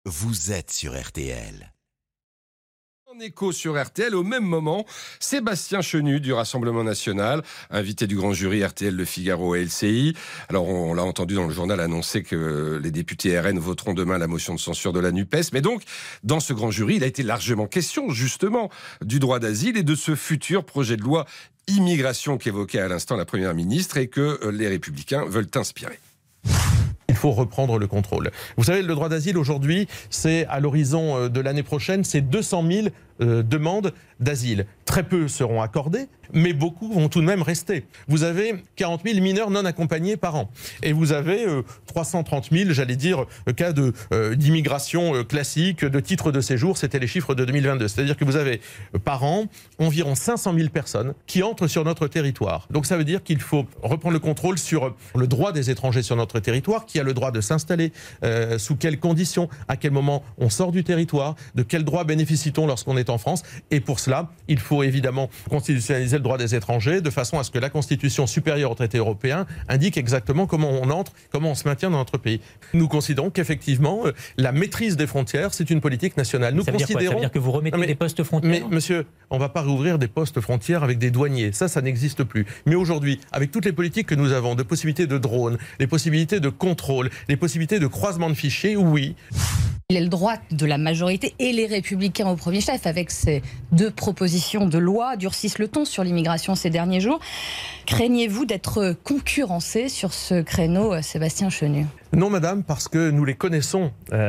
Vous êtes sur RTL. En écho sur RTL, au même moment, Sébastien Chenu du Rassemblement National, invité du grand jury RTL, Le Figaro et LCI. Alors on l'a entendu dans le journal annoncer que les députés RN voteront demain la motion de censure de la NUPES. Mais donc, dans ce grand jury, il a été largement question justement du droit d'asile et de ce futur projet de loi immigration qu'évoquait à l'instant la Première ministre et que les Républicains veulent inspirer. Il faut reprendre le contrôle. Vous savez, le droit d'asile aujourd'hui, c'est à l'horizon de l'année prochaine, c'est 200 000 demandes d'asile. Très peu seront accordées, mais beaucoup vont tout de même rester. Vous avez 40 000 mineurs non accompagnés par an. Et vous avez 330 000, j'allais dire, cas d'immigration classique, de titres de séjour. C'était les chiffres de 2022. C'est-à-dire que vous avez par an environ 500 000 personnes qui entrent sur notre territoire. Donc ça veut dire qu'il faut reprendre le contrôle sur le droit des étrangers sur notre territoire, qui a le droit de s'installer, sous quelles conditions, à quel moment on sort du territoire, de quels droits bénéficie-t-on lorsqu'on est en France. Et pour cela, il faut évidemment constitutionnaliser le droit des étrangers de façon à ce que la Constitution supérieure au traité européen indique exactement comment on entre, comment on se maintient dans notre pays. Nous considérons qu'effectivement, la maîtrise des frontières, c'est une politique nationale. Nous considérons... Ça veut dire que vous remettez des postes frontières? Mais monsieur, on ne va pas rouvrir des postes frontières avec des douaniers. Ça n'existe plus. Mais aujourd'hui, avec toutes les politiques que nous avons, de possibilités de drones, les possibilités de contrôle, les possibilités de croisement de fichiers, oui. Il est le droit de la majorité et les Républicains au premier chef, avec ces deux propositions de loi, durcissent le ton sur l'immigration ces derniers jours. Craignez-vous d'être concurrencé sur ce créneau, Sébastien Chenu? Non, madame, parce que nous les connaissons,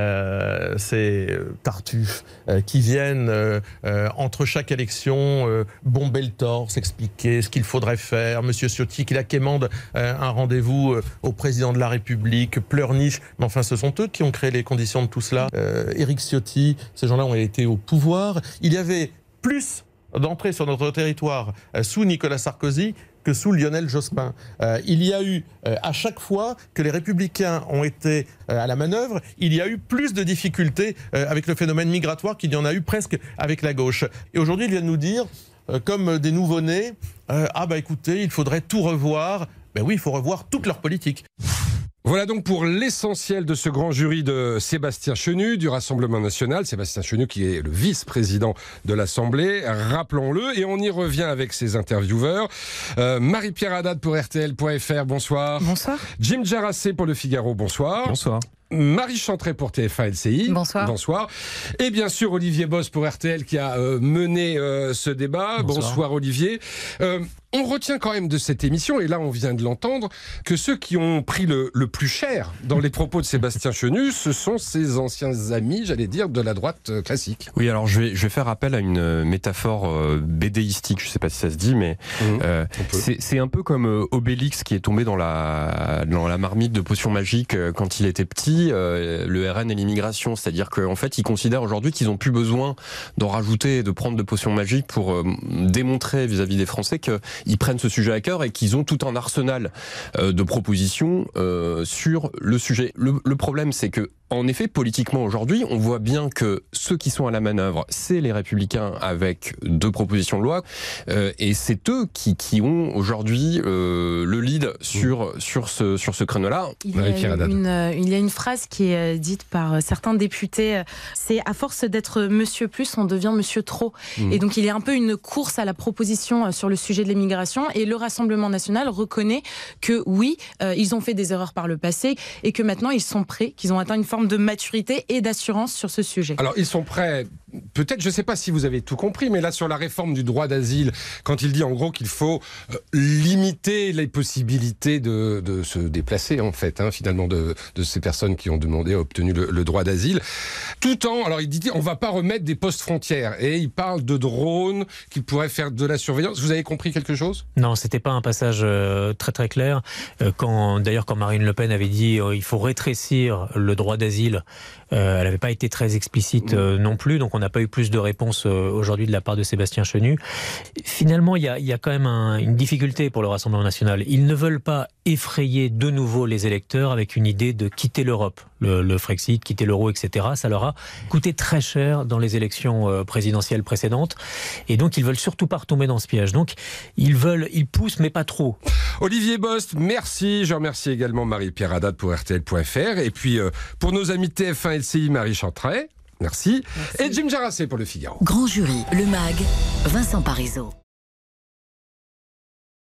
ces tartuffes qui viennent entre chaque élection bomber le torse, expliquer ce qu'il faudrait faire. Monsieur Ciotti qui la quémande un rendez-vous au président de la République, pleurniche. Mais enfin, ce sont eux qui ont créé les conditions de tout cela. Éric Ciotti, ces gens-là ont été au pouvoir. Il y avait plus d'entrées sur notre territoire sous Nicolas Sarkozy que sous Lionel Jospin. Il y a eu, à chaque fois que les Républicains ont été à la manœuvre, il y a eu plus de difficultés avec le phénomène migratoire qu'il y en a eu presque avec la gauche. Et aujourd'hui, ils viennent nous dire, comme des nouveau-nés, écoutez, il faudrait tout revoir. Ben oui, il faut revoir toute leur politique. Voilà donc pour l'essentiel de ce grand jury de Sébastien Chenu du Rassemblement National. Sébastien Chenu qui est le vice-président de l'Assemblée, rappelons-le, et on y revient avec ses intervieweurs. Marie-Pierre Haddad pour RTL.fr, bonsoir. Bonsoir. Jim Jarassé pour Le Figaro, bonsoir. Bonsoir. Marie Chantrey pour TF1 LCI. Bonsoir. Bonsoir. Et bien sûr Olivier Boss pour RTL qui a mené ce débat. Bonsoir Olivier. On retient quand même de cette émission, et là on vient de l'entendre, que ceux qui ont pris le plus cher dans les propos de Sébastien Chenu, ce sont ses anciens amis, j'allais dire, de la droite classique. Oui, alors je vais faire appel à une métaphore bédéistique, je ne sais pas si ça se dit, mais c'est un peu comme Obélix qui est tombé dans la marmite de potions magiques quand il était petit, le RN et l'immigration, c'est-à-dire qu'en fait ils considèrent aujourd'hui qu'ils n'ont plus besoin d'en rajouter et de prendre de potions magiques pour démontrer vis-à-vis des Français que ils prennent ce sujet à cœur et qu'ils ont tout un arsenal de propositions sur le sujet. Le problème, c'est que, en effet, politiquement aujourd'hui, on voit bien que ceux qui sont à la manœuvre, c'est les Républicains avec deux propositions de loi, et c'est eux qui ont aujourd'hui le lead sur ce créneau-là. Il y a une phrase qui est dite par certains députés, c'est « à force d'être Monsieur Plus, on devient Monsieur Trop ». Et donc il y a un peu une course à la proposition sur le sujet de l'immigration, et le Rassemblement National reconnaît que oui, ils ont fait des erreurs par le passé, et que maintenant ils sont prêts, qu'ils ont atteint une forme de maturité et d'assurance sur ce sujet. Alors ils sont prêts, peut-être, je ne sais pas si vous avez tout compris, mais là sur la réforme du droit d'asile, quand il dit en gros qu'il faut limiter les possibilités de se déplacer en fait, finalement de ces personnes qui ont demandé, obtenu le droit d'asile, tout en, alors il dit on ne va pas remettre des postes frontières, et il parle de drones qui pourraient faire de la surveillance. Vous avez compris quelque chose? Non, c'était pas un passage très très clair. D'ailleurs, quand Marine Le Pen avait dit il faut rétrécir le droit d'asile, elle n'avait pas été très explicite non plus, donc on n'a pas eu plus de réponses aujourd'hui de la part de Sébastien Chenu. Finalement, il y a quand même une difficulté pour le Rassemblement National. Ils ne veulent pas effrayer de nouveau les électeurs avec une idée de quitter l'Europe. le Frexit, quitter l'euro, etc. Ça leur a coûté très cher dans les élections présidentielles précédentes. Et donc, ils veulent surtout pas retomber dans ce piège. Donc, ils poussent, mais pas trop. Olivier Bost, merci. Je remercie également Marie-Pierre Haddad pour RTL.fr. Et puis, pour nos amis TF1 LCI, Marie Chantray. Merci. Et Jim Jarassé pour Le Figaro. Grand Jury, le MAG, Vincent Parisot.